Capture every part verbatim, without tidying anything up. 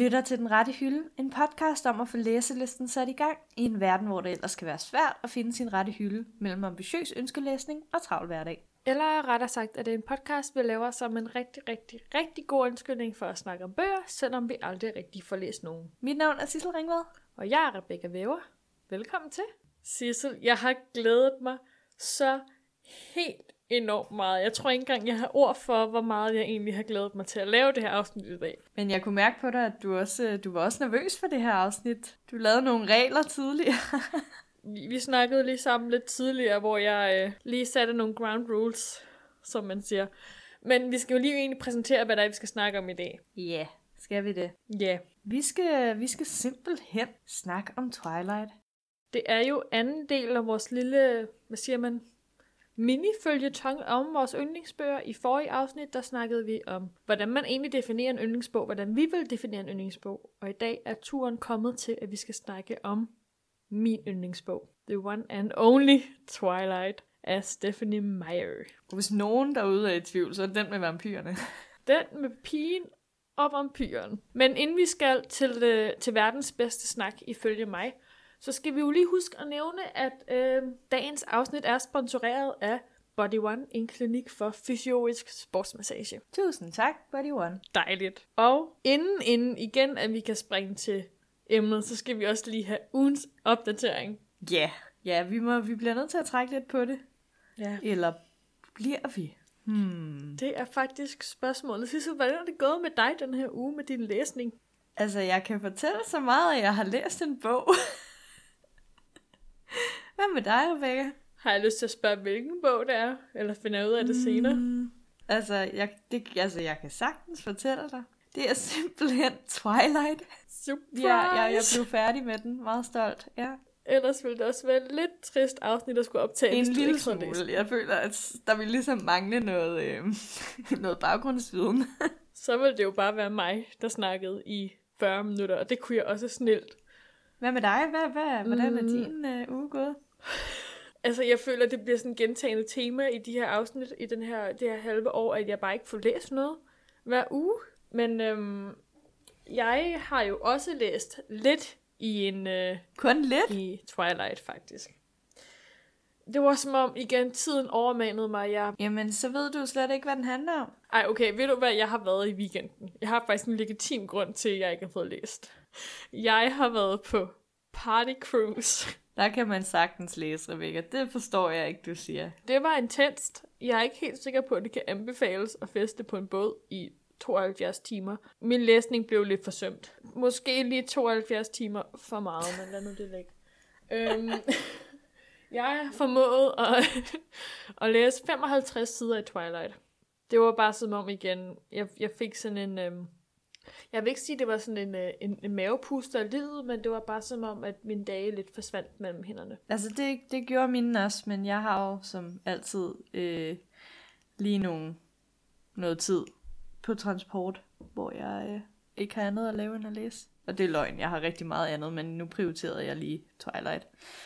lytter til Den Rette Hylde, en podcast om at få læselisten sat i gang i en verden, hvor det ellers kan være svært at finde sin rette hylde mellem ambitiøs ønskelæsning og travl hverdag. Eller rettere sagt, at det er en podcast, vi laver som en rigtig, rigtig, rigtig god undskyldning for at snakke om bøger, selvom vi aldrig rigtig får læst nogen. Mit navn er Sissel Ringvad. Og jeg er Rebecca Væver. Velkommen til. Sissel, jeg har glædet mig så helt enormt meget. Jeg tror ikke engang, jeg har ord for, hvor meget jeg egentlig har glædet mig til at lave det her afsnit i dag. Men jeg kunne mærke på dig, at du, også, du var også nervøs for det her afsnit. Du lavede nogle regler tidligere. vi, vi snakkede lige sammen lidt tidligere, hvor jeg øh, lige satte nogle ground rules, som man siger. Men vi skal jo lige egentlig præsentere, hvad der er, vi skal snakke om i dag. Ja, yeah, skal vi det? Ja. Yeah. Vi skal, vi skal simpelthen snakke om Twilight. Det er jo anden del af vores lille, hvad siger man, mini-føljeton om vores yndlingsbøger. I forrige afsnit, der snakkede vi om, hvordan man egentlig definerer en yndlingsbog, hvordan vi vil definere en yndlingsbog. Og i dag er turen kommet til, at vi skal snakke om min yndlingsbog. The One and Only Twilight af Stephenie Meyer. Hvis nogen derude er i tvivl, så er det den med vampyrerne. Den med pigen og vampyren. Men inden vi skal til, øh, til verdens bedste snak, ifølge mig, så skal vi jo lige huske at nævne, at øh, dagens afsnit er sponsoreret af Body One, en klinik for fysiologisk sportsmassage. Tusind tak, Body One. Dejligt. Og inden, inden igen, at vi kan springe til emnet, så skal vi også lige have ugens opdatering. Ja, yeah. ja vi, må, vi bliver nødt til at trække lidt på det. Ja. Eller bliver vi? Hmm. Det er faktisk spørgsmålet. Sissel, hvordan er det gået med dig den her uge med din læsning? Altså, jeg kan fortælle så meget, at jeg har læst en bog. Hvad med dig, Rebecca? Har jeg lyst til at spørge, hvilken bog det er? Eller finder jeg ud af det mm, senere? Altså jeg, det, altså, jeg kan sagtens fortælle dig. Det er simpelthen Twilight. Surprise! Ja, jeg, jeg blev færdig med den. Meget stolt, ja. Ellers ville det også være et lidt trist afsnit, at skulle optage. En lille smule. Jeg føler, at der vil ligesom mangle noget, øh, noget baggrundsviden. Så ville det jo bare være mig, der snakkede i fyrre minutter, og det kunne jeg også snilt. Hvad med dig? Hvad, hvad, hvordan er din øh, uge gået? Altså, jeg føler, det bliver sådan et gentagende tema i de her afsnit, i den her, det her halve år, at jeg bare ikke får læst noget hver uge. Men øhm, jeg har jo også læst lidt i en... Øh, Kun lidt? I Twilight, faktisk. Det var som om, igen, tiden overmanede mig. Jeg... Jamen, så ved du slet ikke, hvad den handler om. Ej, okay, ved du hvad, jeg har været i weekenden. Jeg har faktisk en legitim grund til, at jeg ikke har fået læst. Jeg har været på party cruise. Der kan man sagtens læse, Rebecca. Det forstår jeg ikke, du siger. Det var intenst. Jeg er ikke helt sikker på, at det kan anbefales at feste på en båd i tooghalvfjerds timer. Min læsning blev lidt forsømt. Måske lige tooghalvfjerds timer for meget, men lad nu det ligge. øhm, jeg formåede at, at læse femoghalvtreds sider i Twilight. Det var bare som om igen, jeg, jeg fik sådan en... Øhm, Jeg vil ikke sige, at det var sådan en, en, en mavepuster af livet, men det var bare som om, at mine dage lidt forsvandt mellem hænderne. Altså, det, det gjorde mine også, men jeg har jo som altid øh, lige nogle, noget tid på transport, hvor jeg øh, ikke har andet at lave end at læse. Og det er løgn, jeg har rigtig meget andet, men nu prioriterede jeg lige Twilight.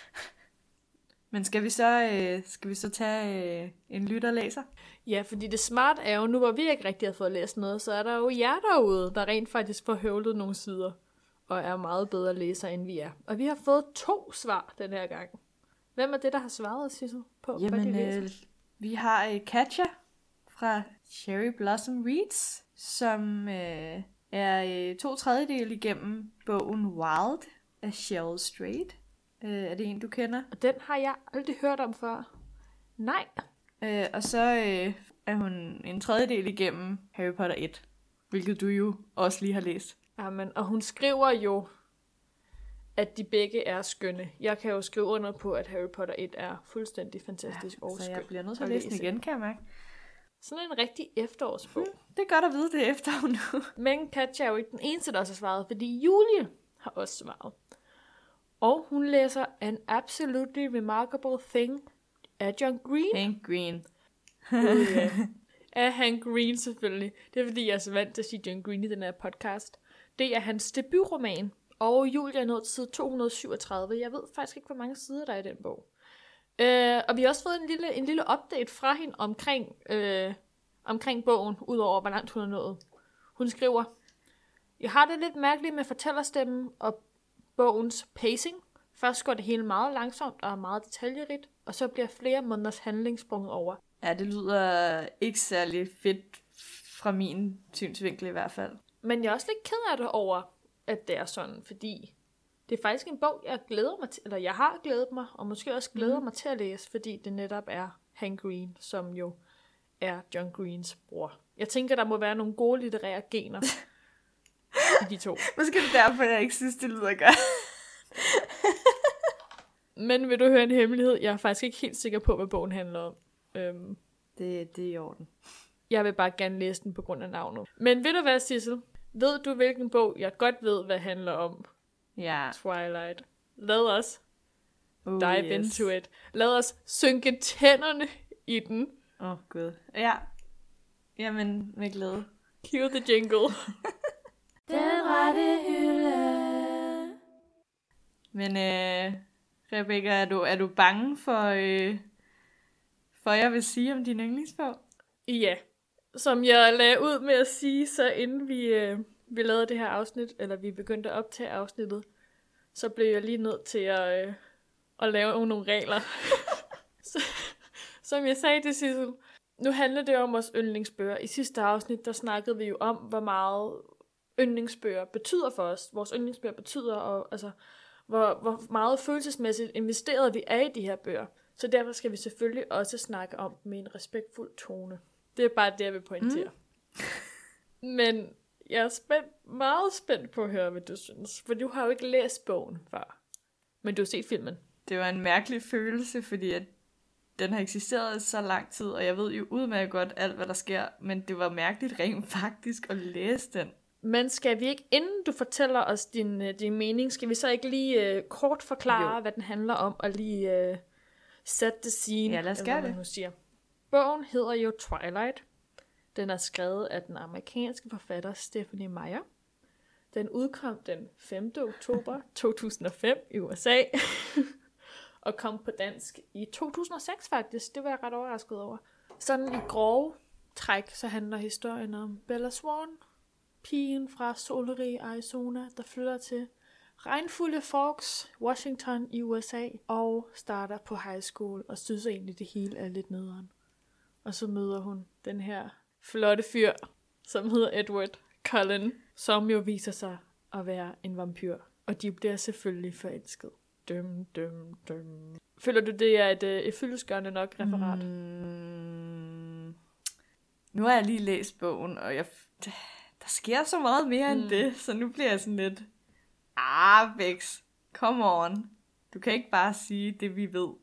Men skal vi så, øh, skal vi så tage øh, en lytterlæser? Ja, fordi det smart er jo, nu hvor vi ikke rigtig har fået læst noget, så er der jo jer derude, der rent faktisk får høvlet nogle sider, og er meget bedre læser, end vi er. Og vi har fået to svar den her gang. Hvem er det, der har svaret, Sissel, på, Jamen, hvad de læser? Øh, vi har øh, Katja fra Cherry Blossom Reads, som øh, er øh, to tredjedel igennem bogen Wild af Cheryl Strait. Øh, er det en, du kender? Og den har jeg aldrig hørt om før. Nej. Øh, og så øh, er hun en tredjedel igennem Harry Potter et, hvilket du jo også lige har læst. Jamen, og hun skriver jo, at de begge er skønne. Jeg kan jo skrive under på, at Harry Potter et er fuldstændig fantastisk ja, og skøn. Så jeg bliver nødt til at læse den igen, kan jeg mærke. Sådan en rigtig efterårsbog. Hmm, det er godt at vide, det er efter nu. Men Katja er jo ikke den eneste, der også har svaret, fordi Julie har også svaret. Og hun læser An Absolutely Remarkable Thing af John Green. Hank Green. God, ja. Af Hank Green selvfølgelig. Det er fordi, jeg er så vant til at sige John Green i den her podcast. Det er hans debutroman. Og Julie er nået til side to hundrede syvogtredive. Jeg ved faktisk ikke, hvor mange sider der er i den bog. Øh, og vi har også fået en lille, en lille update fra hende omkring, øh, omkring bogen, udover hvor langt hun er nået. Hun skriver, Jeg har det lidt mærkeligt med fortællerstemmen og bogens pacing. Først går det hele meget langsomt og er meget detaljerigt, og så bliver flere måneders handling sprunget over. Ja, det lyder ikke særlig fedt fra min synsvinkel i hvert fald. Men jeg er også lidt ked af det over, at det er sådan, fordi det er faktisk en bog, jeg glæder mig til, eller jeg har glædet mig, og måske også glæder mm. mig til at læse, fordi det netop er Hank Green, som jo er John Greens bror. Jeg tænker, der må være nogle gode litterære gener i de to. Måske er det derfor, jeg ikke synes, det lyder godt. Men vil du høre en hemmelighed? Jeg er faktisk ikke helt sikker på, hvad bogen handler om. Øhm, det, det er i orden. Jeg vil bare gerne læse den på grund af navnet. Men ved du hvad, Sissel? Ved du, hvilken bog jeg godt ved, hvad handler om? Ja. Twilight. Lad os oh, dive yes. into it. Lad os synke tænderne i den. Åh, oh, gud. Ja. Jamen, med glæde. Cue the jingle. Den rette hylde. Men, øh, Rebecca, er du, er du bange for, øh, for, jeg vil sige om din yndlingsbog? Ja. Som jeg lagde ud med at sige, så inden vi, øh, vi lavede det her afsnit, eller vi begyndte at optage afsnittet, så blev jeg lige nødt til at, øh, at lave nogle regler. så, som jeg sagde til Sissel, nu handler det om vores yndlingsbøger. I sidste afsnit, der snakkede vi jo om, hvor meget yndlingsbøger betyder for os. Vores yndlingsbøger betyder, og altså, hvor, hvor meget følelsesmæssigt investeret vi er i de her bøger. Så derfor skal vi selvfølgelig også snakke om med en respektfuld tone. Det er bare det, jeg vil pointere. Mm. Men jeg er spændt, meget spændt på at høre, hvad du synes. For du har jo ikke læst bogen før. Men du har set filmen. Det var en mærkelig følelse, fordi at den har eksisteret i så lang tid, og jeg ved jo udmærket godt alt, hvad der sker, men det var mærkeligt rent faktisk at læse den. Men skal vi ikke, inden du fortæller os din, din mening, skal vi så ikke lige uh, kort forklare, jo. hvad den handler om, og lige uh, set the scene? Ja, lad os gøre det. Nu siger. Bogen hedder jo Twilight. Den er skrevet af den amerikanske forfatter Stephenie Meyer. Den udkom den femte oktober to tusind og fem i U S A. Og kom på dansk i to tusind og seks faktisk. Det var jeg ret overrasket over. Sådan i grove træk, så handler historien om Bella Swan, pigen fra solrige Arizona, der flytter til regnfulde Forks, Washington i U S A, og starter på high school, og synes egentlig, det hele er lidt nederen. Og så møder hun den her flotte fyr, som hedder Edward Cullen, som jo viser sig at være en vampyr. Og de bliver selvfølgelig forelsket. Dum, dum, dum. Føler du, det er et, et fyldestgørende nok referat? Mm. Nu har jeg lige læst bogen, og jeg, der sker så meget mere mm. end det, så nu bliver jeg sådan lidt, ah, Bex, come on. Du kan ikke bare sige det, vi ved.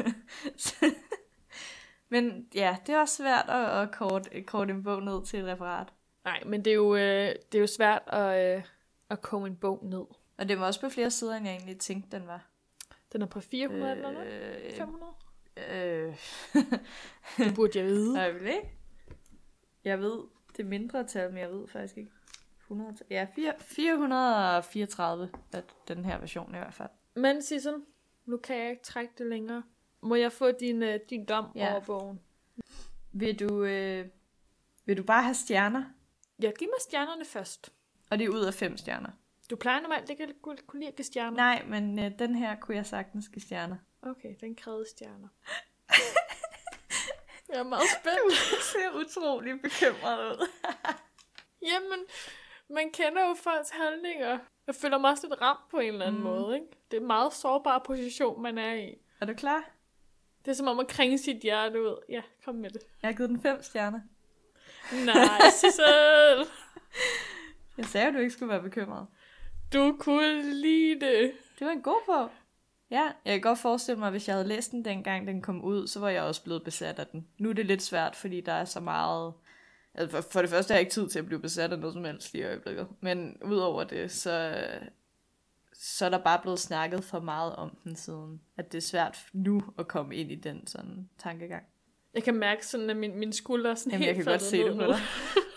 Men ja, det er også svært at, at korte, korte en bog ned til et referat. Nej, men det er jo, øh, det er jo svært at, øh, at komme en bog ned. Og det var også på flere sider, end jeg egentlig tænkte, den var. Den er på fire hundrede øh, eller noget? fem hundrede? Øh. Det burde jeg vide. Jeg ved ikke. Jeg ved det mindre tal, men jeg ved faktisk ikke. hundrede Ja, fire hundrede og fireogtredive er den her version i hvert fald. Men Sissel, nu kan jeg ikke trække det længere. Må jeg få din, uh, din dom ja. over bogen? Vil du, øh, vil du bare have stjerner? Ja, giv mig stjernerne først. Og det er ud af fem stjerner. Du plejer normalt ikke at kunne, kunne lide at give stjerner. Nej, men øh, den her kunne jeg sagtens give stjerner. Okay, den krævede stjerner. Jeg er meget spændt. Du ser utrolig bekymret ud. Jamen, man kender jo folks handlinger. Jeg føler mig også lidt ramt på en eller anden mm. måde, ikke? Det er en meget sårbar position, man er i. Er du klar? Det er som om at krænge sit hjerte ud. Ja, kom med det. Jeg har givet den fem stjerner. Nej, Sissel! Jeg sagde, at du ikke skulle være bekymret. Du kunne lide det. Det var en god bog. Ja, jeg kan godt forestille mig, at hvis jeg havde læst den dengang den kom ud, så var jeg også blevet besat af den. Nu er det lidt svært, fordi der er så meget... Altså for, for det første har jeg ikke tid til at blive besat af noget som helst i øjeblikket. Men udover det, så, så er der bare blevet snakket for meget om den siden. At det er svært nu at komme ind i den sådan tankegang. Jeg kan mærke sådan, at min, min skulder er sådan Jamen, helt jeg kan godt se det på dig.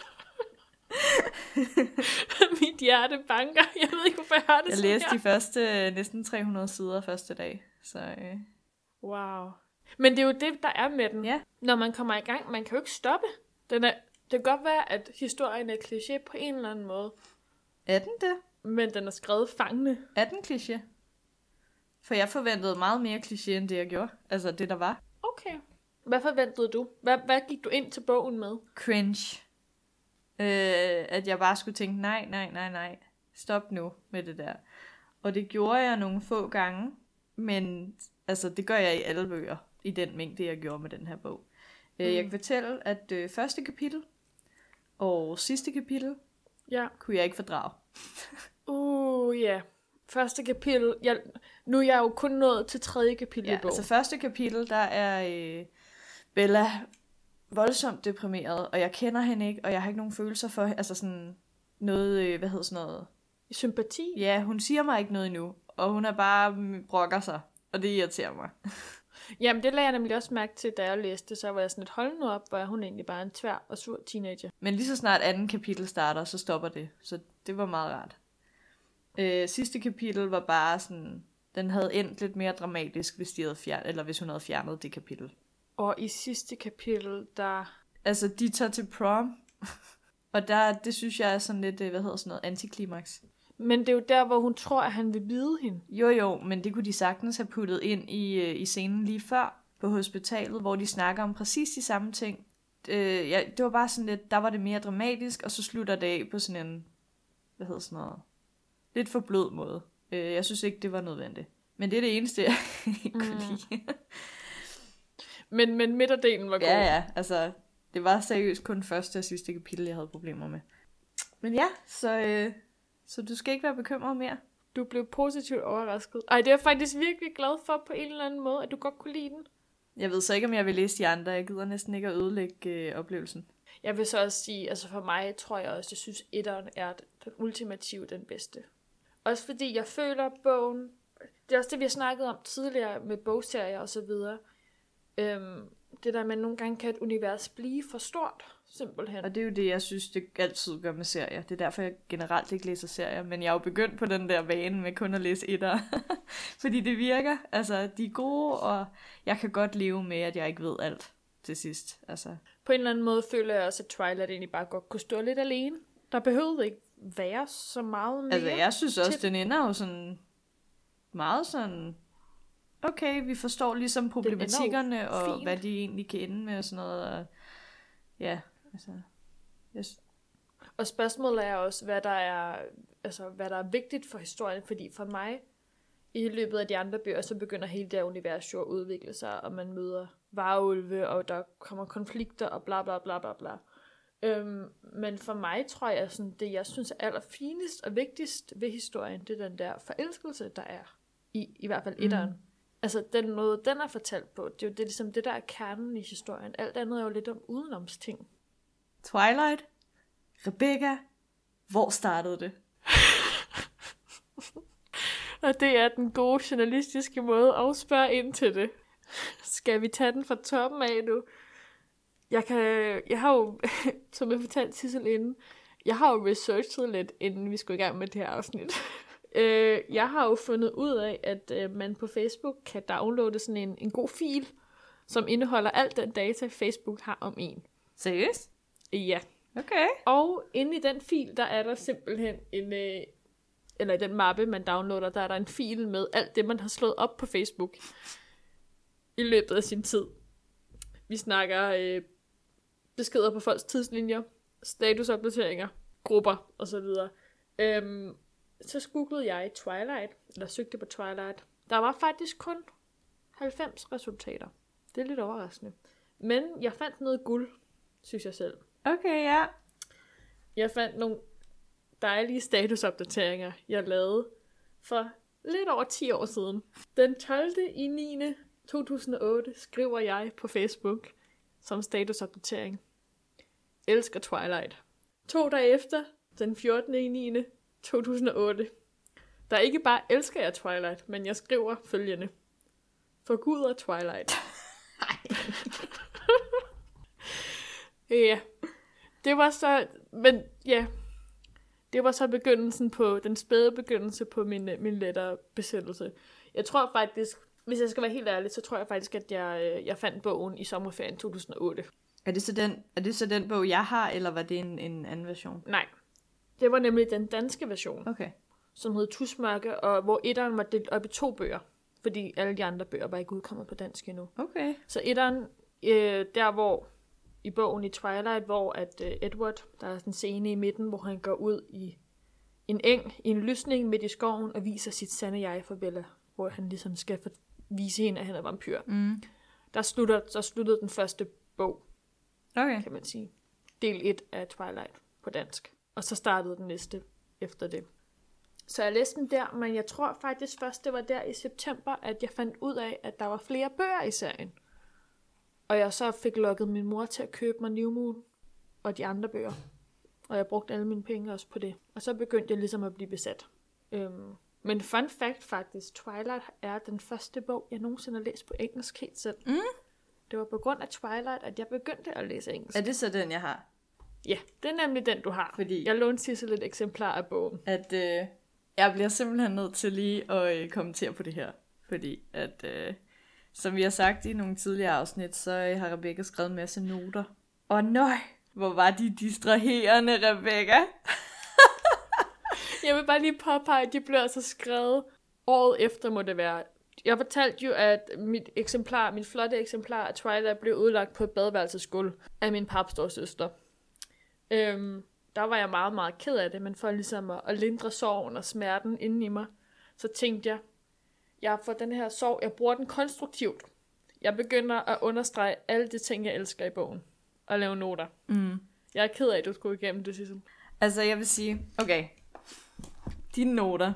Mit hjerte banker. Jeg ved ikke, hvorfor jeg har det jeg sådan læste her. de første næsten tre hundrede sider første dag. Så, øh. Wow. Men det er jo det, der er med den. Ja. Når man kommer i gang, man kan jo ikke stoppe. Den er, det kan godt være, at historien er kliché på en eller anden måde. Er den det? Men den er skrevet fangende. Er den kliché? For jeg forventede meget mere kliché, end det jeg gjorde. Altså det, der var. Okay. Hvad forventede du? Hvad, hvad gik du ind til bogen med? Cringe. Øh, at jeg bare skulle tænke, nej, nej, nej, nej. Stop nu med det der. Og det gjorde jeg nogle få gange. Men altså, det gør jeg i alle bøger. I den mængde, jeg gjorde med den her bog. Mm. Øh, jeg kan fortælle, at øh, første kapitel og sidste kapitel Ja. kunne jeg ikke fordrage. Uh, ja. Yeah. Første kapitel. Jeg, nu er jeg jo kun nået til tredje kapitel Ja, i bogen. altså første kapitel, der er øh, Bella voldsomt deprimeret, og jeg kender hende ikke, og jeg har ikke nogen følelser for, altså sådan noget, øh, hvad hedder sådan noget? Sympati? Ja, hun siger mig ikke noget endnu, og hun er bare brokker sig, og det irriterer mig. Jamen, det lagde jeg nemlig også mærke til, da jeg læste, så var jeg sådan et hold nu op, hvor hun egentlig bare en tvær og sur teenager. Men lige så snart anden kapitel starter, så stopper det, så det var meget rart. Øh, sidste kapitel var bare sådan, den havde endt lidt mere dramatisk, hvis de havde fjernet, eller hvis hun havde fjernet det kapitel. Og i sidste kapitel, der... Altså, de tager til prom, og der, det synes jeg er sådan lidt, hvad hedder sådan noget, antiklimaks. Men det er jo der, hvor hun tror, at han vil bide hende. Jo jo, men det kunne de sagtens have puttet ind i, i scenen lige før på hospitalet, hvor de snakker om præcis de samme ting. Øh, ja, det var bare sådan lidt, der var det mere dramatisk, og så slutter det af på sådan en, hvad hedder sådan noget, lidt for blød måde. Øh, jeg synes ikke, det var nødvendigt. Men det er det eneste, jeg ikke kunne lide. Men, men midterdelen var god. Ja, ja, altså, det var seriøst kun første og sidste kapitel, jeg havde problemer med. Men ja, så, øh, så du skal ikke være bekymret mere. Du blev positivt overrasket. Ej, det er jeg faktisk virkelig glad for på en eller anden måde, at du godt kunne lide den. Jeg ved så ikke, om jeg vil læse de andre. Jeg gider næsten ikke at ødelægge øh, oplevelsen. Jeg vil så også sige, altså for mig tror jeg også, jeg synes, etteren er den ultimative, den bedste. Også fordi jeg føler, at bogen, det er også det, vi har snakket om tidligere med bogserier og så videre. Øhm, det der med, at nogle gange kan et univers blive for stort, simpelthen. Og det er jo det, jeg synes, det altid gør med serier. Det er derfor, jeg generelt ikke læser serier. Men jeg er jo begyndt på den der vane med kun at læse etter. Fordi det virker. Altså, de er gode, og jeg kan godt leve med, at jeg ikke ved alt til sidst. Altså. På en eller anden måde føler jeg også, at Twilight egentlig bare godt kunne stå lidt alene. Der behøvede ikke være så meget mere. Altså, jeg synes også, til... den ender jo sådan meget sådan... Okay, vi forstår ligesom problematikkerne, og fint. hvad de egentlig kan ende med og sådan noget. Og ja, altså... Yes. Og spørgsmålet er også, hvad der er, altså, hvad der er vigtigt for historien, fordi for mig, i løbet af de andre bøger, så begynder hele det her univers jo at udvikle sig, og man møder varulve, og der kommer konflikter, og bla bla bla bla bla. Øhm, men for mig tror jeg, sådan, det jeg synes er allerfinest og vigtigst ved historien, det er den der forelskelse, der er i, i hvert fald etteren. Mm. Altså den måde, den er fortalt på, det er jo det, ligesom det, der er kernen i historien. Alt andet er jo lidt om udenomsting. Twilight, Rebecca, hvor startede det? Og det er den gode journalistiske måde at afspørge ind til det. Skal vi tage den fra toppen af nu? Jeg kan, jeg har jo, som jeg fortalte Sissel inden, jeg har jo researchet lidt, inden vi skulle i gang med det her afsnit. Jeg har jo fundet ud af, at man på Facebook kan downloade sådan en, en god fil, som indeholder alt den data, Facebook har om en. Seriøst? Ja. Okay. Og inde i den fil, der er der simpelthen en, øh, eller i den mappe, man downloader, der er der en fil med alt det, man har slået op på Facebook i løbet af sin tid. Vi snakker øh, beskeder på folks tidslinjer, statusopdateringer, grupper osv. Øhm, så googlede jeg Twilight, eller søgte på Twilight. Der var faktisk kun halvfems resultater. Det er lidt overraskende. Men jeg fandt noget guld, synes jeg selv. Okay, ja. Jeg fandt nogle dejlige statusopdateringer, jeg lavede for lidt over ti år siden. Den tolvte i niende to tusind og otte skriver jeg på Facebook som statusopdatering: elsker Twilight. To dage efter, den fjortende i niende to tusind og otte, der ikke bare elsker jeg Twilight, men jeg skriver følgende: forguder Twilight. Ja, det var så, men ja, det var så begyndelsen på, den spæde begyndelse på min, min lettere besættelse. Jeg tror faktisk, hvis jeg skal være helt ærlig, så tror jeg faktisk, at jeg, jeg fandt bogen i sommerferien to tusind og otte. Er det så den, er det så den bog, jeg har, eller var det en, en anden version? Nej, Det var nemlig den danske version, Okay. som hed Tusmørke, og hvor etteren var delt op i to bøger, fordi alle de andre bøger var ikke udkommet på dansk endnu. Okay. Så etteren, øh, der hvor i bogen i Twilight, hvor at øh, Edward, der er sådan en scene i midten, hvor han går ud i en eng, i en lysning midt i skoven, og viser sit sande jeg for Bella, hvor han ligesom skal for- vise hende, at han er vampyr. Mm. Der slutter, så sluttede den første bog, Okay. kan man sige. Del et af Twilight på dansk. Og så startede den næste efter det. Så jeg læste den der, men jeg tror faktisk først, det var der i september, at jeg fandt ud af, at der var flere bøger i serien. Og jeg så fik lukket min mor til at købe mig New Moon og de andre bøger. Og jeg brugte alle mine penge også på det. Og så begyndte jeg ligesom at blive besat. Øhm, men fun fact faktisk, Twilight er den første bog, jeg nogensinde har læst på engelsk helt selv. Mm. Det var på grund af Twilight, at jeg begyndte at læse engelsk. Er det så den, jeg har? Ja, det er nemlig den, du har. Fordi- Jeg lånte Sissel et eksemplar af bogen. At øh, jeg bliver simpelthen nødt til lige at øh, kommentere på det her. Fordi at, øh, som vi har sagt i nogle tidligere afsnit, så øh, har Rebecca skrevet en masse noter. Og nøj, hvor var de distraherende, Rebecca. Jeg vil bare lige påpege, at de blev altså skrevet året efter, må det være. Jeg fortalte jo, at mit eksemplar, mit flotte eksemplar af Twilight blev udlagt på et badeværelsesgulv af min papstorsøster. Øhm, der var jeg meget, meget ked af det, men for ligesom at, at lindre sorgen og smerten inden i mig, så tænkte jeg, jeg får den her sorg, jeg bruger den konstruktivt. Jeg begynder at understrege alle de ting, jeg elsker i bogen, og lave noter. Mm. Jeg er ked af, at du skulle igennem det, Sissel. Altså, jeg vil sige, okay, dine noter,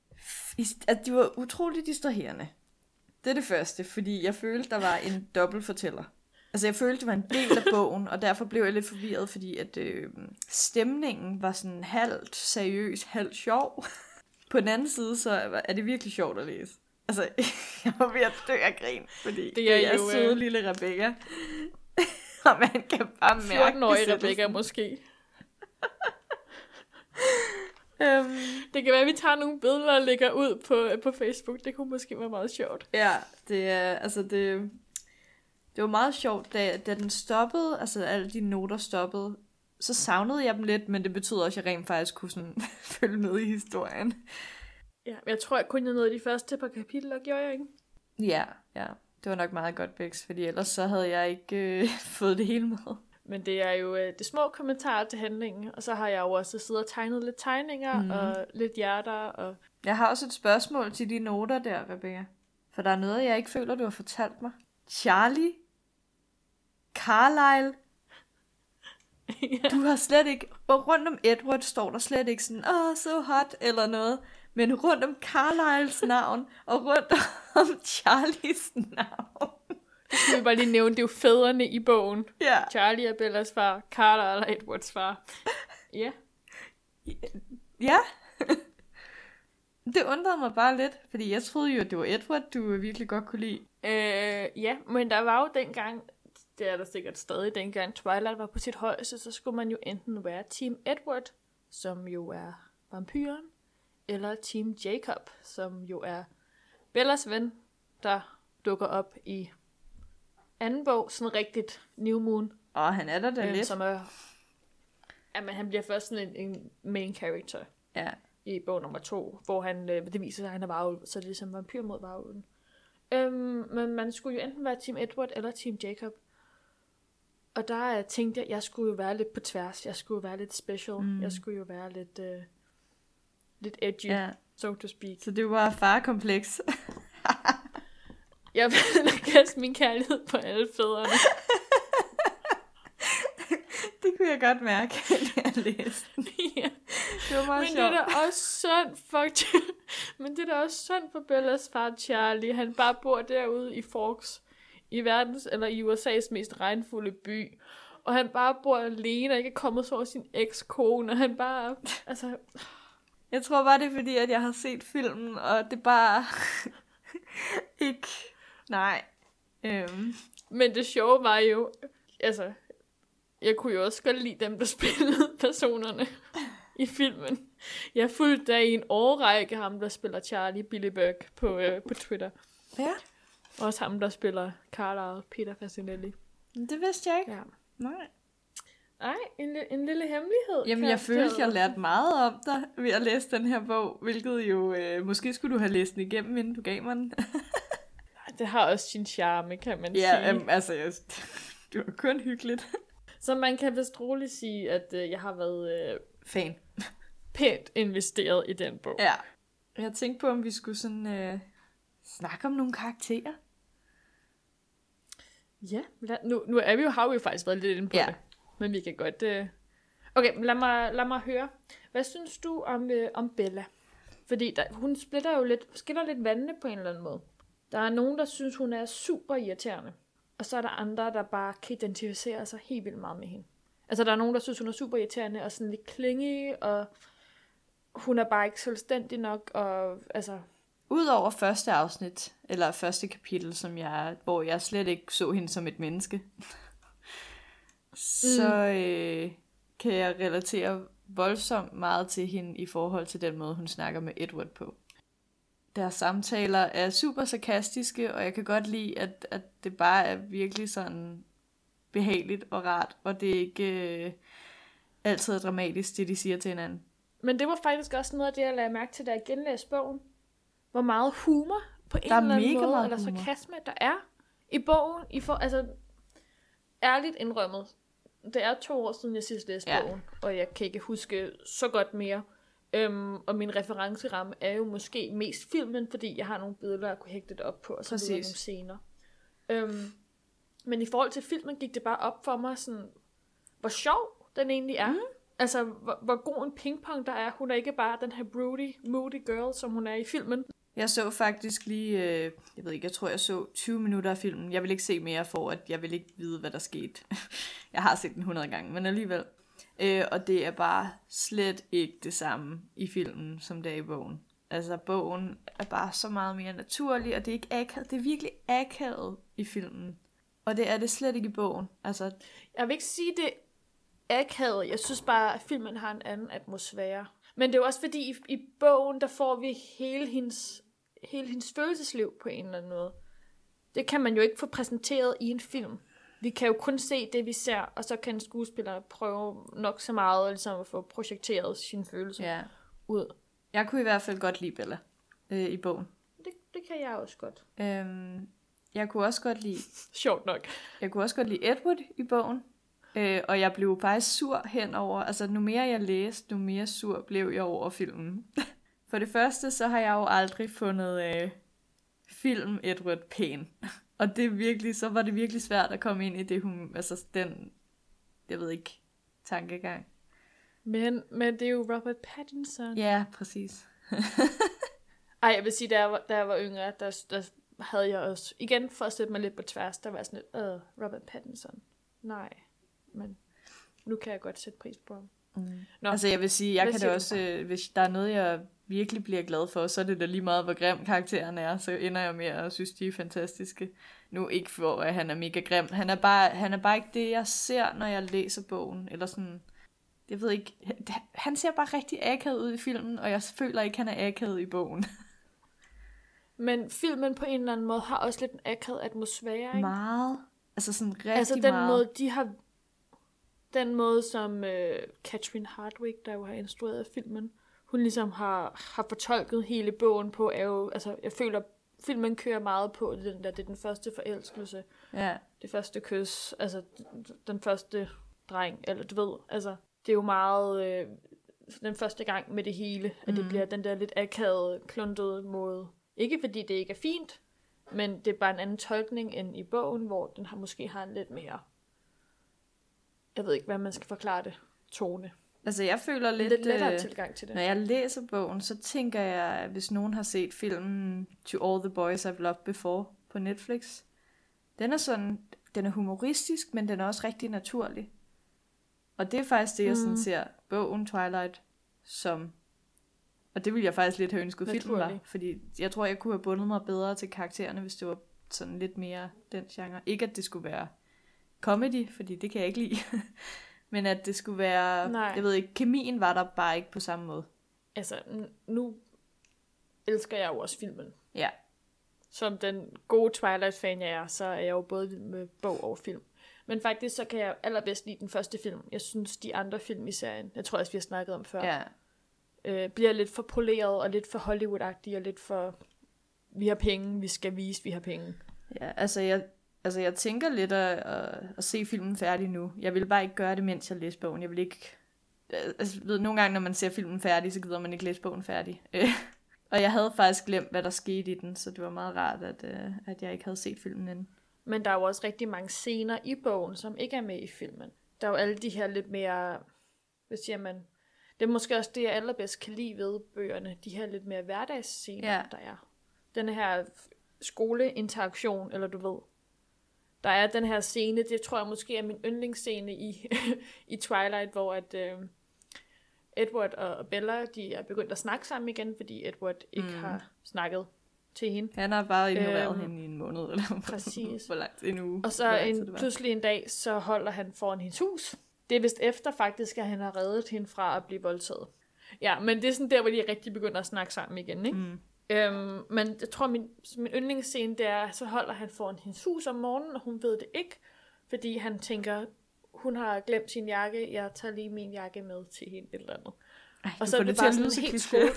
at de var utroligt distraherende. Det er det første, fordi jeg følte, der var en dobbeltfortæller. Altså, jeg følte, det var en del af bogen, og derfor blev jeg lidt forvirret, fordi at øh, stemningen var sådan halvt seriøs, halvt sjov. På den anden side, så er det virkelig sjovt at læse. Altså, jeg var ved at dø af grin, fordi det Det er er, det er jo, søde øh, lille Rebecca. Og man kan bare mærke fjorten-årige besættelsen. Rebecca måske. Øhm, Det kan være, at vi tager nogle billeder og lægger ud på, på Facebook. Det kunne måske være meget sjovt. Ja, det er, altså det, det var meget sjovt, da, da den stoppede, altså alle de noter stoppede, så savnede jeg dem lidt, men det betyder også, at jeg rent faktisk kunne sådan følge med i historien. Ja, men jeg tror, jeg kun jeg nåede de første par kapitler, gjorde jeg ikke? Ja, ja, det var nok meget godt, Bex, fordi ellers så havde jeg ikke øh, fået det hele med. Men det er jo øh, det små kommentarer til handlingen, og så har jeg jo også siddet og tegnet lidt tegninger, Mhm. og lidt hjerter, og Jeg har også et spørgsmål til de noter der, Rebecca. For der er noget, jeg ikke føler, du har fortalt mig. Charlie? Carlisle? ja. Du har slet ikke... Og rundt om Edward står der slet ikke sådan, åh, oh, so hot, eller noget. Men rundt om Carlisles navn, og rundt om Charlies navn. Det skal vi bare lige nævne, det er jo fædrene i bogen. Ja. Charlie er Bellas far, Carter er Edwards far. Ja. Ja. Det undrede mig bare lidt, fordi jeg troede jo, at det var Edward, du virkelig godt kunne lide. Øh, ja, men der var jo dengang, det er der sikkert stadig, dengang Twilight var på sit højeste, så skulle man jo enten være Team Edward, som jo er vampyren, eller Team Jacob, som jo er Bellas ven, der dukker op i anden bog, sådan rigtigt New Moon, Åh, han er der da øh, lidt. som er, jamen han bliver først sådan en, en main character Ja. i bog nummer to, hvor han, øh, det viser sig, at han er varulv, så det er ligesom vampyr mod varulven. Øhm, men man skulle jo enten være Team Edward eller Team Jacob. Og der øh, tænkte jeg, jeg skulle jo være lidt på tværs. Jeg skulle jo være lidt special. Mm. Jeg skulle jo være lidt, øh, lidt edgy, Ja. so to speak. Så det var farkompleks. Jeg vil kaste min kærlighed på alle fædrene. Det kunne jeg godt mærke, da jeg læste. ja. Det var meget Men det sjovt. er da også synd for Men det er da også synd for Bellas far Charlie. Han bare bor derude i Forks, i verdens eller i U S A's mest regnfulde by. Og han bare bor alene og ikke er kommet så over sin ekskone. Og han bare, altså, Jeg tror bare, det er fordi, at jeg har set filmen, og det er bare ikke... Nej. Øhm. men det sjove var jo, altså, jeg kunne jo også godt lide dem, der spillede personerne i filmen. Jeg fulgte da i en årrække ham, der spiller Charlie, Billy Burke, på, øh, på Twitter. Ja, Også ham, der spiller Carlisle, Peter Fasinelli. det vidste jeg ikke. Ja. Nej. Ej, en, en lille hemmelighed. Jamen, jeg følte, jeg lærte meget om dig ved at læse den her bog, hvilket jo, øh, måske skulle du have læst den igennem, inden du gav mig den. Det har også sin charme, kan man ja, sige. Ja, um, altså, jeg, det var kun hyggeligt. Så man kan vist roligt sige, at øh, jeg har været øh, fan. Pænt investeret i den bog. Ja. Jeg tænkte på, om vi skulle sådan øh, snakke om nogle karakterer. Ja, lad, nu, nu er vi jo, har vi jo faktisk været lidt inde på ja. det. Men vi kan godt... Øh... Okay, lad mig, lad mig høre. Hvad synes du om, øh, om Bella? Fordi der, hun splitter jo lidt, skiller lidt vandene på en eller anden måde. Der er nogen, der synes, hun er super irriterende. Og så er der andre, der bare kan identificere sig helt vildt meget med hende. Altså, der er nogen, der synes, hun er super irriterende og sådan lidt klingig, og hun er bare ikke selvstændig nok, og altså... Udover første afsnit, eller første kapitel, som jeg, hvor jeg slet ikke så hende som et menneske, så øh, kan jeg relatere voldsomt meget til hende i forhold til den måde, hun snakker med Edward på. Deres samtaler er super sarkastiske, og jeg kan godt lide, at, at det bare er virkelig sådan behageligt og rart, og det er ikke øh, altid er dramatisk, det de siger til hinanden. Men det var faktisk også noget af det, jeg lagde mærke til, da jeg genlæste bogen. Hvor meget humor på en der eller anden mega måde, eller sarkasme, der er i bogen. I for, altså, ærligt indrømmet. Det er to år siden, jeg sidst læste ja. bogen, og jeg kan ikke huske så godt mere. Øhm, og min referenceramme er jo måske mest filmen, fordi jeg har nogle billeder, jeg kunne hægte det op på, og så videre nogle scener. Øhm, men i forhold til filmen gik det bare op for mig, sådan, hvor sjov den egentlig er. Mm. Altså, hvor, hvor god en pingpong der er. Hun er ikke bare den her broody, moody girl, som hun er i filmen. Jeg så faktisk lige, øh, jeg ved ikke, jeg tror jeg så tyve minutter af filmen. Jeg vil ikke se mere for, at jeg vil ikke vide, hvad der skete. Jeg har set den hundrede gange, men alligevel. Øh, og det er bare slet ikke det samme i filmen, som det er i bogen. Altså, bogen er bare så meget mere naturlig, og det er ikke akavet. Det er virkelig akavet i filmen. Og det er det slet ikke i bogen. Altså, jeg vil ikke sige det akavet. Jeg synes bare, at filmen har en anden atmosfære. Men det er jo også fordi, i, i bogen, der får vi hele hendes, hele hendes følelsesliv på en eller anden måde. Det kan man jo ikke få præsenteret i en film. Vi kan jo kun se det, vi ser, og så kan en skuespiller prøve nok så meget ligesom at få projekteret sine følelser ja. ud. Jeg kunne i hvert fald godt lide Bella øh, i bogen. Det, det kan jeg også godt. Øhm, jeg kunne også godt lide... Sjovt nok. Jeg kunne også godt lide Edward i bogen. Øh, og jeg blev faktisk sur henover, altså nu mere jeg læste, nu mere sur blev jeg over filmen. For det første, så har jeg jo aldrig fundet øh, film Edward pæn. Og det er virkelig, så var det virkelig svært at komme ind i det, hun, altså den, jeg ved ikke, tankegang. Men, men det er jo Robert Pattinson. Ja, præcis. Ej, jeg vil sige, da jeg var, da jeg var yngre, der, der havde jeg også, igen for at sætte mig lidt på tværs, der var sådan lidt, øh, Robert Pattinson. Nej. Men nu kan jeg godt sætte pris på ham. Mm. Altså jeg vil sige, jeg kan det også, øh, hvis der er noget, jeg virkelig bliver glad for, så er det da lige meget, hvor grim karakteren er, så ender jeg med at synes, de er fantastiske. Nu ikke for, at han er mega grim. Han er bare, han er bare ikke det, jeg ser, når jeg læser bogen. Eller sådan, jeg ved ikke, han ser bare rigtig akavet ud i filmen, og jeg føler ikke, han er akavet i bogen. Men filmen på en eller anden måde har også lidt en akavet atmosfære, ikke? Meget. Altså sådan rigtig altså den meget. måde, de har... Den måde, som øh, Catherine Hardwicke, der jo har instrueret filmen, hun ligesom har, har fortolket hele bogen på, er jo, altså jeg føler, filmen kører meget på, den der, det er den første forelskelse, ja. Det første kys, altså den første dreng, eller du ved, altså det er jo meget øh, den første gang med det hele, at det mm. bliver den der lidt akavet, kluntede måde. Ikke fordi det ikke er fint, men det er bare en anden tolkning end i bogen, hvor den har, måske har en lidt mere, jeg ved ikke, hvad man skal forklare det, tone. Altså jeg føler lidt, lidt lettere øh, tilgang til det. Når jeg læser bogen, så tænker jeg, at hvis nogen har set filmen To All the Boys I've Loved Before på Netflix, den er sådan, den er humoristisk, men den er også rigtig naturlig. Og det er faktisk det, jeg sådan ser bogen Twilight som. Og det ville jeg faktisk lidt have ønsket naturlig. Filmen var, fordi jeg tror, jeg kunne have bundet mig bedre til karaktererne, hvis det var sådan lidt mere den genre. Ikke at det skulle være comedy, fordi det kan jeg ikke lide. Men at det skulle være, Nej. Jeg ved ikke, kemien var der bare ikke på samme måde. Altså, nu elsker jeg jo også filmen. Ja. Som den gode Twilight-fan jeg er, så er jeg jo både med bog og film. Men faktisk så kan jeg allerbedst lide den første film. Jeg synes, de andre film i serien, jeg tror også, vi har snakket om før, Ja. øh, bliver lidt for poleret og lidt for Hollywood-agtige og lidt for, vi har penge, vi skal vise, vi har penge. Ja, altså jeg, altså jeg tænker lidt at, at, at se filmen færdig nu. Jeg vil bare ikke gøre det, mens jeg læser bogen. Jeg vil ikke... Altså, ved, nogle gange, når man ser filmen færdig, så gider man ikke læse bogen færdig. Og jeg havde faktisk glemt, hvad der skete i den, så det var meget rart, at, at jeg ikke havde set filmen inden. Men der er jo også rigtig mange scener i bogen, som ikke er med i filmen. Der er jo alle de her lidt mere, hvad siger man, det er måske også det, jeg allerbedst kan lide ved bøgerne, de her lidt mere hverdagsscener, Ja. der er. Den her skoleinteraktion, eller du ved. Der er den her scene, det tror jeg måske er min yndlingsscene i, i Twilight, hvor at øh, Edward og Bella, de er begyndt at snakke sammen igen, fordi Edward ikke mm. har snakket til hende. Han har bare ignoreret Øhm, hende i en måned, eller præcis. hvor langt, en uge. Og så hvor lang tid en, det var. pludselig en dag, så holder han foran hendes hus. Det er vist efter faktisk, at han har reddet hende fra at blive voldtaget. Ja, men det er sådan der, hvor de rigtig begynder at snakke sammen igen, ikke? Mm. Øhm, men jeg tror, min, min yndlingsscene, det er, så holder han foran hendes hus om morgenen, og hun ved det ikke, fordi han tænker, hun har glemt sin jakke, jeg tager lige min jakke med til hende eller andet. Ej, Og så er det bare sådan en helt skole.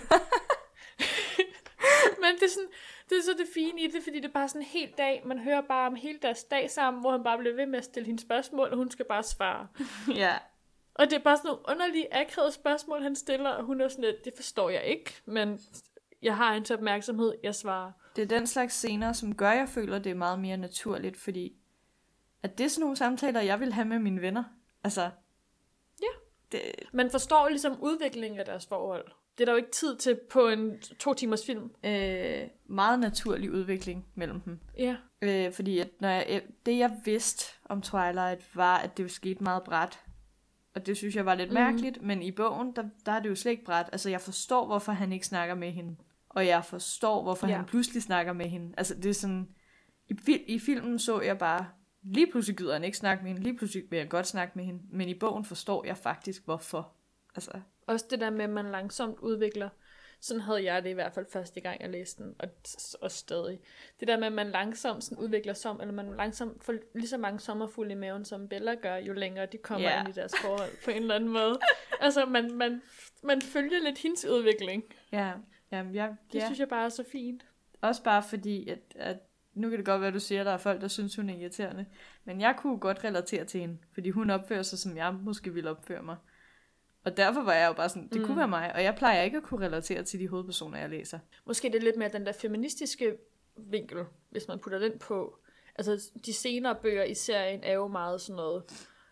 Men det er, sådan, det er så det fine i det, fordi det er bare sådan en hel dag, man hører bare om hele deres dag sammen, hvor han bare bliver ved med at stille hende spørgsmål, og hun skal bare svare. Ja. Og det er bare sådan nogle underlige, akavede spørgsmål, han stiller, og hun er sådan lidt, det forstår jeg ikke, men jeg har hans opmærksomhed, jeg svarer. Det er den slags scener, som gør, jeg føler, det er meget mere naturligt, fordi at det er sådan nogle samtaler, jeg vil have med mine venner. Altså, ja. Det... Man forstår ligesom udviklingen af deres forhold. Det er der jo ikke tid til på en to timers film. Øh, meget naturlig udvikling mellem dem. Ja. Øh, fordi at når jeg, det, jeg vidste om Twilight, var, at det skete meget brat. Og det synes jeg var lidt mm. mærkeligt, men i bogen, der, der er det jo slet ikke brat. Altså, jeg forstår, hvorfor han ikke snakker med hende. Og jeg forstår, hvorfor ja. han pludselig snakker med hende. Altså, det er sådan... I, I filmen så jeg bare... Lige pludselig gider han ikke snakke med hende. Lige pludselig vil jeg godt snakke med hende. Men i bogen forstår jeg faktisk, hvorfor. Altså... Også det der med, at man langsomt udvikler. Sådan havde jeg det i hvert fald første gang, jeg læste den. Og, og stadig. Det der med, at man langsomt sådan udvikler som, eller man langsomt får lige så mange sommerfugle i maven, som Bella gør, jo længere de kommer yeah. ind i deres forhold på en eller anden måde. Altså, man, man, man følger lidt hendes udvikling. Ja, Jamen, jeg, det ja. synes jeg bare er så fint. Også bare fordi, at, at nu kan det godt være, at du siger, at der er folk, der synes, hun er irriterende. Men jeg kunne godt relatere til hende, fordi hun opfører sig, som jeg måske ville opføre mig. Og derfor var jeg jo bare sådan, det mm. kunne være mig. Og jeg plejer ikke at kunne relatere til de hovedpersoner, jeg læser. Måske det er lidt mere den der feministiske vinkel, hvis man putter den på. Altså, de senere bøger i serien er jo meget sådan noget,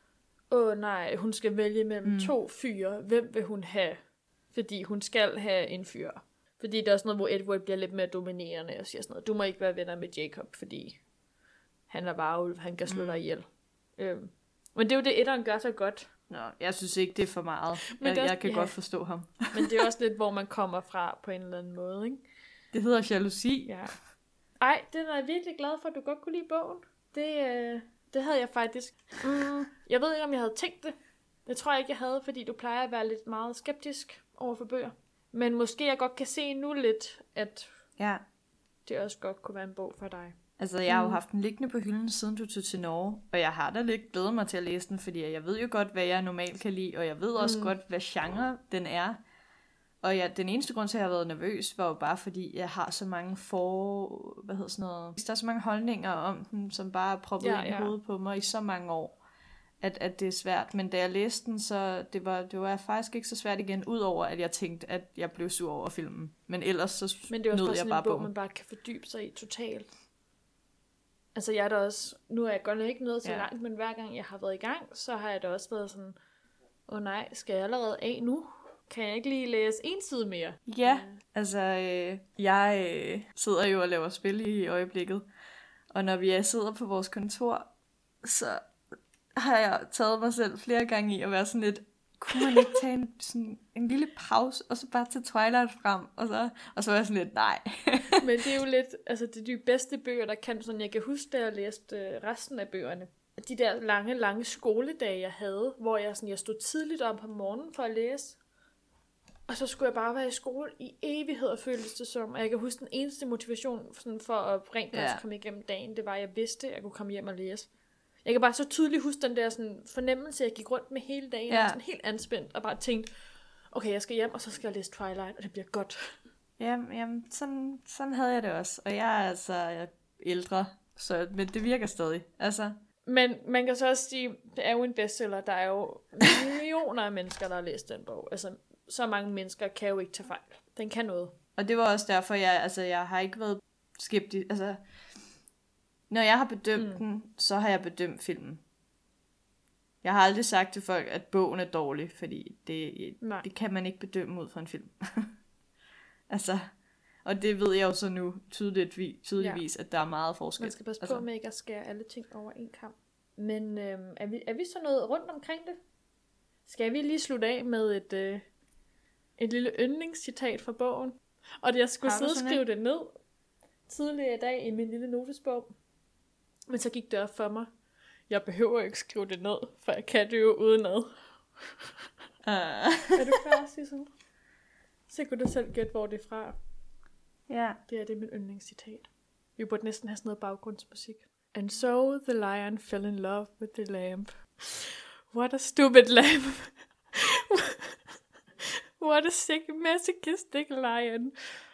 åh nej, hun skal vælge mellem mm. to fyre. Hvem vil hun have? Fordi hun skal have en fyr. Fordi det er også noget, hvor Edward bliver lidt mere dominerende og siger sådan noget, du må ikke være venner med Jacob, fordi han er varulv, han kan slå mm. dig ihjel. Øhm. Men det er jo det, etteren gør så godt. Nå, jeg synes ikke, det er for meget. Men jeg, også, jeg kan ja. godt forstå ham. Men det er også lidt, hvor man kommer fra på en eller anden måde, ikke? Det hedder jalousi. Ja. Ej, det er jeg virkelig glad for, at du godt kunne lide bogen. Det, øh, det havde jeg faktisk. Mm, jeg ved ikke, om jeg havde tænkt det. Det tror jeg ikke, jeg havde, fordi du plejer at være lidt meget skeptisk over for bøger. Men måske jeg godt kan se nu lidt, at ja. det også godt kunne være en bog for dig. Altså, jeg har jo haft den liggende på hylden, siden du tog til Norge, og jeg har da lidt glædet mig til at læse den, fordi jeg ved jo godt, hvad jeg normalt kan lide, og jeg ved også mm. godt, hvad genre den er. Og ja, den eneste grund til, at jeg har været nervøs, var jo bare fordi, jeg har så mange for... Hvad hedder sådan noget? Der er så mange holdninger om den, som bare er proppet ja, ind i ja. hovedet på mig i så mange år, at, at det er svært. Men da jeg læste den, så det var, det var faktisk ikke så svært igen, udover at jeg tænkte, at jeg blev sur over filmen. Men ellers så Men det er også nød bare jeg sådan bare en bog, bogen. man bare kan fordybe sig i totalt. Altså jeg er da også, nu er jeg godt nok ikke nået så ja. langt, men hver gang jeg har været i gang, så har jeg da også været sådan, åh oh, nej, skal jeg allerede af nu? Kan jeg ikke lige læse en side mere? Ja, øh. altså øh, jeg øh, sidder jo og laver spil i øjeblikket, og når vi sidder på vores kontor, så har jeg taget mig selv flere gange i at være sådan lidt, kunne man ikke tage en, sådan, en lille pause, og så bare tage Twilight frem, og så, og så var jeg sådan lidt, nej. Men det er jo lidt, altså det er de bedste bøger, der kan, sådan jeg kan huske, da jeg læste øh, resten af bøgerne. De der lange, lange skoledage, jeg havde, hvor jeg, sådan, jeg stod tidligt op om morgenen for at læse, og så skulle jeg bare være i skole i evigheder, føltes det som. Og jeg kan huske, den eneste motivation sådan, for at rent faktisk ja. komme igennem dagen, det var, at jeg vidste, at jeg kunne komme hjem og læse. Jeg kan bare så tydeligt huske den der sådan, fornemmelse, jeg gik rundt med hele dagen, Ja. og sådan helt anspændt, og bare tænkte, okay, jeg skal hjem, og så skal jeg læse Twilight, og det bliver godt. Jamen, jamen sådan, sådan havde jeg det også. Og jeg er altså jeg er ældre, så, men det virker stadig. Altså, Men man kan så også sige, det er jo en bestseller, der er jo millioner af mennesker, der har læst den bog. Altså, så mange mennesker kan jo ikke tage fejl. Den kan noget. og det var også derfor, jeg, altså, jeg har ikke været skeptisk. Altså, når jeg har bedømt mm. den, så har jeg bedømt filmen. Jeg har aldrig sagt til folk, at bogen er dårlig, fordi det, det kan man ikke bedømme ud fra en film. altså, og det ved jeg jo så nu tydeligt, tydeligvis, ja. At der er meget forskel. Man skal passe altså. på med ikke at skære alle ting over en kamp. Men øhm, er, vi, er vi så noget rundt omkring det? Skal vi lige slutte af med et, øh, et lille yndlingscitat fra bogen? Og jeg skulle sidde og skrive det ned tidligere i dag i min lille notesbog. Men så gik det op for mig. Jeg behøver ikke skrive det ned, for jeg kan det jo udenad. Uh. Er du klar, Sissel? Så kunne du selv gætte, hvor det er fra. Ja. Det er det min yndlingscitat. Vi burde næsten have sådan noget baggrundsmusik. And so the lion fell in love with the lamb. What a stupid lamb. What a sick, masochistic lion.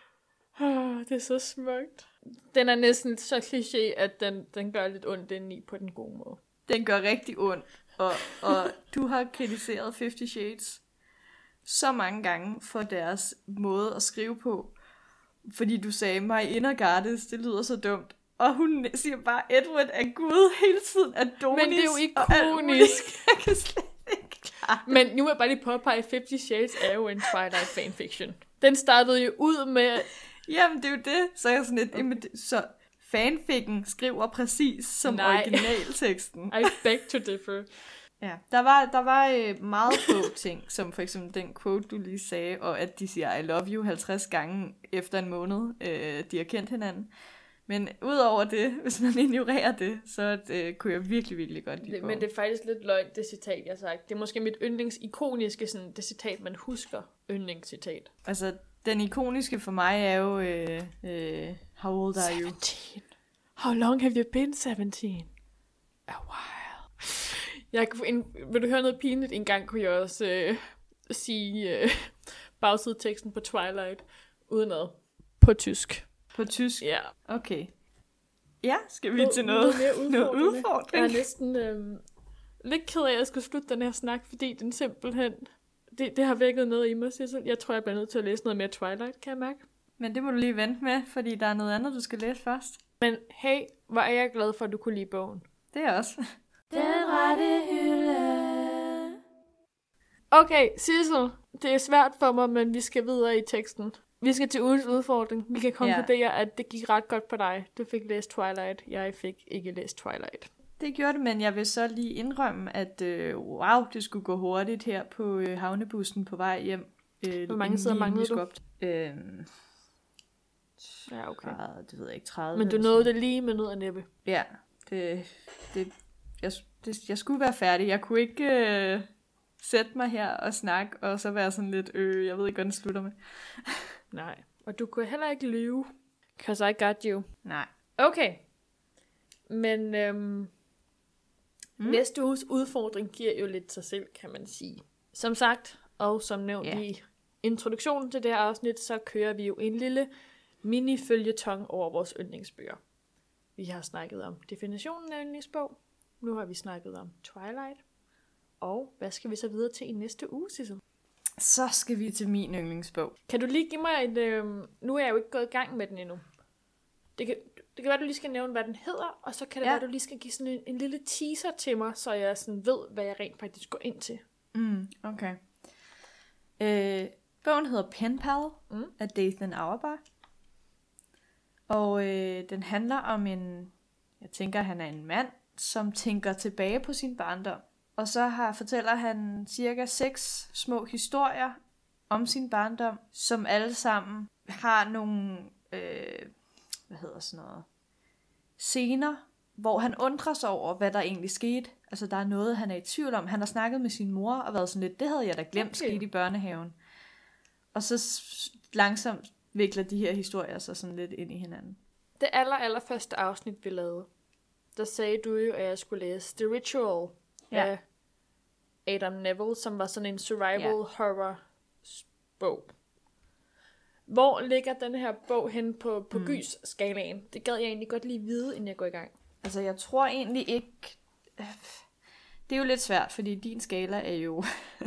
Oh, det er så smukt. Den er næsten så kliché, at den, den gør lidt ondt indeni på den gode måde. Den gør rigtig ondt. Og, og du har kritiseret Fifty Shades så mange gange for deres måde at skrive på. Fordi du sagde, my inner goddess, det lyder så dumt. Og hun siger bare, Edward er Gud hele tiden, Adonis. Men det er jo ikonisk. Jeg kan slet ikke klare det. Men nu vil jeg bare lige påpege, Fifty Shades er jo en Twilight fanfiction. Den startede jo ud med... Jamen, det er jo det. Så er jeg sådan lidt... Okay. Så fanficken skriver præcis som Nej. originalteksten. I beg to differ. Ja, der var, der var øh, meget få ting, som for eksempel den quote, du lige sagde, og at de siger, I love you halvtreds gange efter en måned, øh, de har kendt hinanden. Men udover det, hvis man ignorerer det, så øh, kunne jeg virkelig, virkelig godt lide det, på. Men det er faktisk lidt løgn, det citat, jeg har sagt. Det er måske mit yndlingsikoniske, sådan, det citat, man husker, yndlingscitat. Altså, den ikoniske for mig er jo, øh, øh, how old are you? seventeen. How long have you been seventeen? A while. Jeg kunne, en, vil du høre noget pinligt? En gang kunne jeg også øh, sige øh, bagsideteksten på Twilight, uden ad. På tysk. På tysk? Ja. Okay. Ja, skal vi noget, til noget, noget, noget udfordring? Jeg er næsten øh, lidt ked af, at jeg skulle slutte den her snak, fordi den simpelthen, det, det har vækket noget i mig, Sissel. Jeg tror, jeg bliver nødt til at læse noget mere Twilight, kan jeg mærke. Men det må du lige vente med, fordi der er noget andet, du skal læse først. Men hey, hvor er jeg glad for, at du kunne lide bogen. Det er også. Den rette hylde. Okay, Sissel, det er svært for mig, men vi skal videre i teksten. Vi skal til ugens udfordring. Vi kan konkludere, ja. At det gik ret godt på dig. Du fik læst Twilight. Jeg fik ikke læst Twilight. Det gjorde det, men jeg vil så lige indrømme, at øh, wow, det skulle gå hurtigt her på øh, havnebussen på vej hjem. Øh, Hvor mange sider manglede du? Øh, ja, okay. tredive, det ved jeg ikke, tredive. Men du nåede det lige med nød og næppe. Ja, det, det, jeg, det, jeg skulle være færdig. Jeg kunne ikke øh, sætte mig her og snakke, og så være sådan lidt, øh, jeg ved ikke, hvordan det slutter med. Nej, og du kunne heller ikke lyve. Cause I got you. Nej. Okay. Men øhm, mm. næste uges udfordring giver jo lidt sig selv, kan man sige. Som sagt, og som nævnt yeah. i introduktionen til det her afsnit, så kører vi jo en lille mini-føljetong over vores yndlingsbøger. Vi har snakket om definitionen af yndlingsbog. Nu har vi snakket om Twilight. Og hvad skal vi så videre til i næste uge, Sissel? Så skal vi til min yndlingsbog. Kan du lige give mig et... Øh, nu er jeg jo ikke gået i gang med den endnu. Det kan, det kan være, du lige skal nævne, hvad den hedder, og så kan det ja. være, du lige skal give sådan en, en lille teaser til mig, så jeg sådan ved, hvad jeg rent faktisk går ind til. Mm, okay. Øh, bogen hedder Pen Pal mm. af Dathan Auerbach. Og øh, den handler om en... Jeg tænker, han er en mand, som tænker tilbage på sin barndom. Og så har, fortæller han cirka seks små historier om sin barndom, som alle sammen har nogle, øh, hvad hedder sådan noget, scener, hvor han undrer sig over, hvad der egentlig skete. Altså der er noget, han er i tvivl om. Han har snakket med sin mor og været sådan lidt, det havde jeg da glemt okay. skete i børnehaven. Og så langsomt vikler de her historier så sådan lidt ind i hinanden. Det aller, aller første afsnit, vi lavede, der sagde du jo, at jeg skulle læse The Ritual Ja. af Adam Neville, som var sådan en survival Ja. horror bog. Hvor ligger den her bog hen på, på mm. gys-skalaen? Det gad jeg egentlig godt lige vide, inden jeg går i gang. Altså, jeg tror egentlig ikke... Det er jo lidt svært, fordi din skala er jo...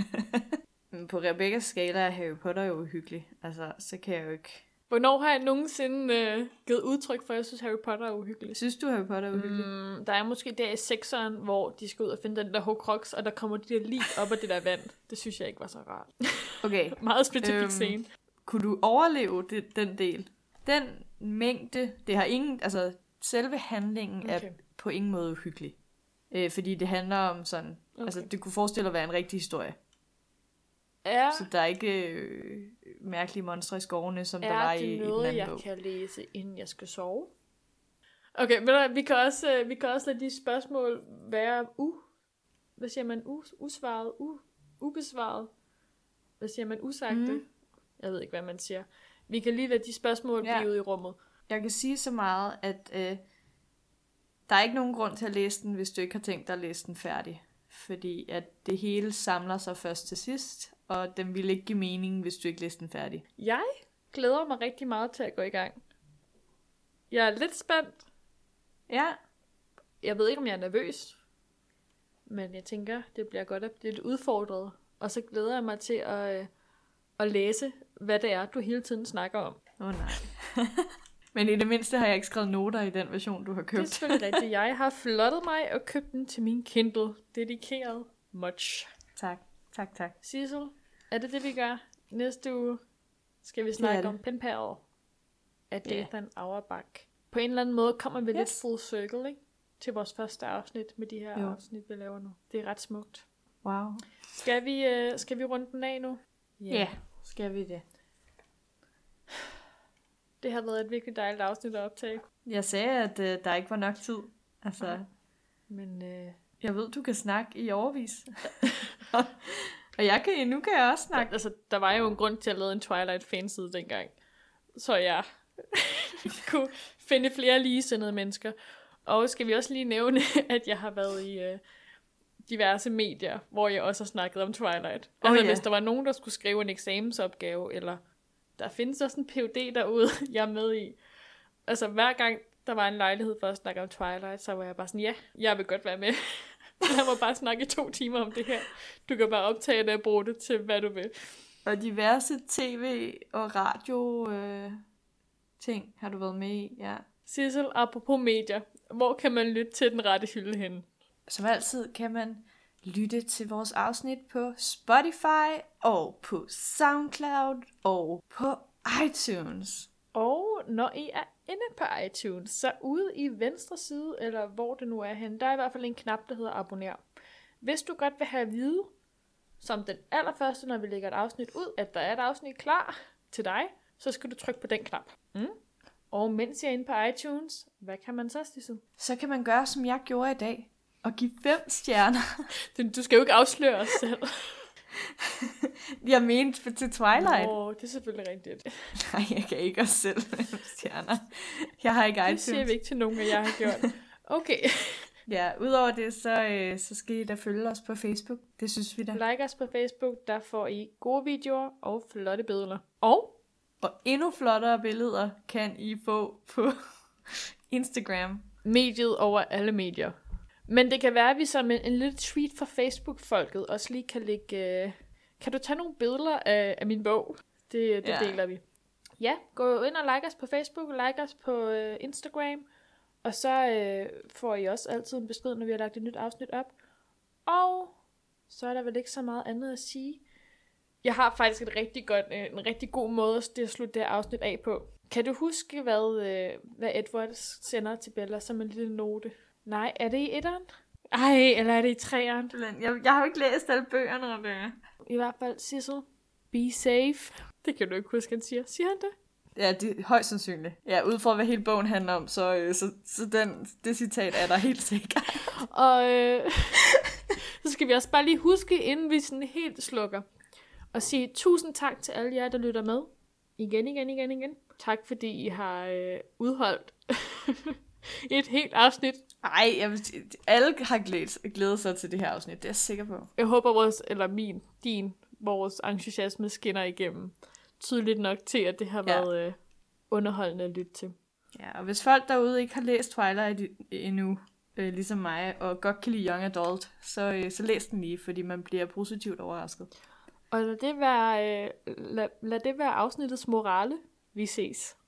På Rebekkas skala er Harry Potter jo uhyggelig. Altså, så kan jeg jo ikke... Hvornår har jeg nogensinde øh, givet udtryk for, at jeg synes, Harry Potter er uhyggelig? Synes du, Harry Potter er uhyggelig? Mm, der er måske der i sekseren, hvor de skal ud og finde den der Horcrux, og der kommer de der lig op af det der vand. Det synes jeg ikke var så rart. Okay. Meget specifik Øhm, scene. Kunne du overleve det, den del? Den mængde, det har ingen... Altså, selve handlingen okay. er på ingen måde uhyggelig. Øh, fordi det handler om sådan... Okay. Altså, det kunne forestille at være en rigtig historie. Er, Så der er ikke øh, mærkelige monstre i skovene, som der var er i, det i den noget, anden jeg bog. kan læse, inden jeg skal sove? Okay, men vi kan også, øh, vi kan også lade de spørgsmål være u... Hvad siger man? U, usvaret? U, ubesvaret? Hvad siger man? Usagte? Mm. Jeg ved ikke, hvad man siger. Vi kan lige lade de spørgsmål Ja. blive ude i rummet. Jeg kan sige så meget, at øh, der er ikke nogen grund til at læse den, hvis du ikke har tænkt dig at læse den færdig. Fordi at det hele samler sig først til sidst, og den vil ikke give mening, hvis du ikke læser den færdig. Jeg glæder mig rigtig meget til at gå i gang. Jeg er lidt spændt. Ja. Jeg ved ikke, om jeg er nervøs. Men jeg tænker, det bliver godt at blive lidt udfordret. Og så glæder jeg mig til at, øh, at læse, hvad det er, du hele tiden snakker om. Åh oh, nej. Men i det mindste har jeg ikke skrevet noter i den version, du har købt. Det er selvfølgelig rigtigt. Jeg har flottet mig og købt den til min Kindle. Dedikeret. Much. Tak, tak, tak. Sissel, er det det, vi gør? Næste uge skal vi snakke om Pen Pal af Dathan yeah. Auerbach. På en eller anden måde kommer vi yes. lidt full circle, ikke? Til vores første afsnit med de her jo. afsnit, vi laver nu. Det er ret smukt. Wow. Skal vi, øh, skal vi runde den af nu? Ja, yeah. yeah. Skal vi det. Det har været et virkelig dejligt afsnit at optage. Jeg sagde, at øh, der ikke var nok tid. Altså, ja. Men øh... jeg ved, du kan snakke i overvis. Og jeg kan, nu kan jeg også snakke. Der, altså, der var jo en grund til at lave en Twilight fanside dengang. Så jeg kunne finde flere ligesindede mennesker. Og skal vi også lige nævne, at jeg har været i øh, diverse medier, hvor jeg også har snakket om Twilight. Oh, altså, yeah. hvis der var nogen, der skulle skrive en eksamensopgave, eller der findes også en P H D derude, jeg er med i. Altså, hver gang der var en lejlighed for at snakke om Twilight, så var jeg bare sådan, ja, jeg vil godt være med. Jeg må bare snakke i to timer om det her. Du kan bare optage det og bruge det til, hvad du vil. Og diverse tv- og radio øh, ting har du været med i, ja. Sissel, apropos medier, hvor kan man lytte til Den Rette Hylde henne? Som altid kan man lytte til vores afsnit på Spotify og på SoundCloud og på iTunes. Og når I er inde på iTunes, så ude i venstre side, eller hvor det nu er henne, der er i hvert fald en knap, der hedder abonner. Hvis du godt vil have at vide, som den allerførste, når vi lægger et afsnit ud, at der er et afsnit klar til dig, så skal du trykke på den knap. Mm. Og mens jeg er inde på iTunes, hvad kan man så, Sissel? Så kan man gøre, som jeg gjorde i dag, og give fem stjerner. Du skal jo ikke afsløre os selv. Jeg mente til Twilight. Åh, det er selvfølgelig rigtigt. Nej, jeg kan ikke også selv fem stjerner. Jeg har ikke iTunes. Det siger vi ikke til nogen, at jeg har gjort. Okay. Ja, udover det, så, øh, så skal I da følge os på Facebook. Det synes vi da. Like os på Facebook, der får I gode videoer og flotte billeder. Og? Og endnu flottere billeder kan I få på Instagram. Mediet over alle medier. Men det kan være, at vi som en, en lille tweet fra Facebook-folket også lige kan lægge... Øh, kan du tage nogle billeder af, af min bog? Det, det ja. deler vi. Ja, gå ind og like os på Facebook, like os på øh, Instagram. Og så øh, får I også altid en besked, når vi har lagt et nyt afsnit op. Og så er der vel ikke så meget andet at sige. Jeg har faktisk et rigtig godt, øh, en rigtig god måde at slutte det her afsnit af på. Kan du huske, hvad, øh, hvad Edward sender til Bella som en lille note? Nej, er det i etteren? Ej, eller er det i treeren? Jeg, jeg har jo ikke læst alle bøgerne, Rebecca. I hvert fald, Sissel, be safe. Det kan du ikke huske, han siger. Siger han det? Ja, det er højst sandsynligt. Ja, ud fra hvad hele bogen handler om, så, øh, så, så den, det citat er der helt sikkert. Og øh, så skal vi også bare lige huske, inden vi sådan helt slukker, og sige tusind tak til alle jer, der lytter med. Igen, igen, igen, igen. Tak fordi I har øh, udholdt Et helt afsnit. Ej, jeg vil, sige, alle har glædet, glædet sig til det her afsnit, det er jeg sikker på. Jeg håber vores, eller min, din, vores entusiasme skinner igennem tydeligt nok til, at det har Ja. været øh, underholdende at lytte til. Ja, og hvis folk derude ikke har læst Twilight i- endnu, øh, ligesom mig, og godt kan lide Young Adult, så, øh, så læs den lige, fordi man bliver positivt overrasket. Og lad det være, øh, lad, lad det være afsnittets morale. Vi ses.